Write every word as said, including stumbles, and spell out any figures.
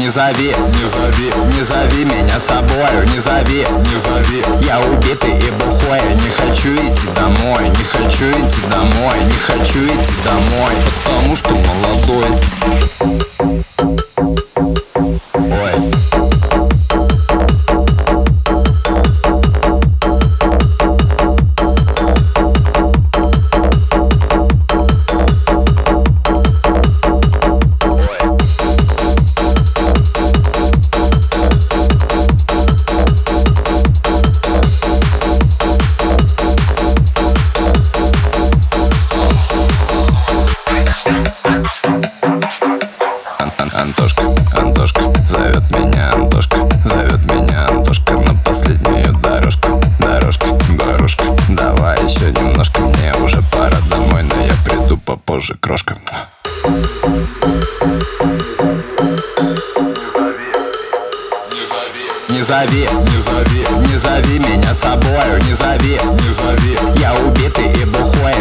не зови, не зови, не зови меня с собою, не зови, не зови. Я убитый и бухой, не хочу идти домой, не хочу идти домой, не хочу идти домой, потому что молодой. Ой. Антошка, Антошка, зовет меня Антошка, зовет меня Антошка на последнюю дорожку, дорожка, дорожка. Давай еще немножко, мне уже пора домой, но я приду попозже, крошка. Не зови, не зови, не зови меня с собою, не зови, не зови. Я убитый и бухой,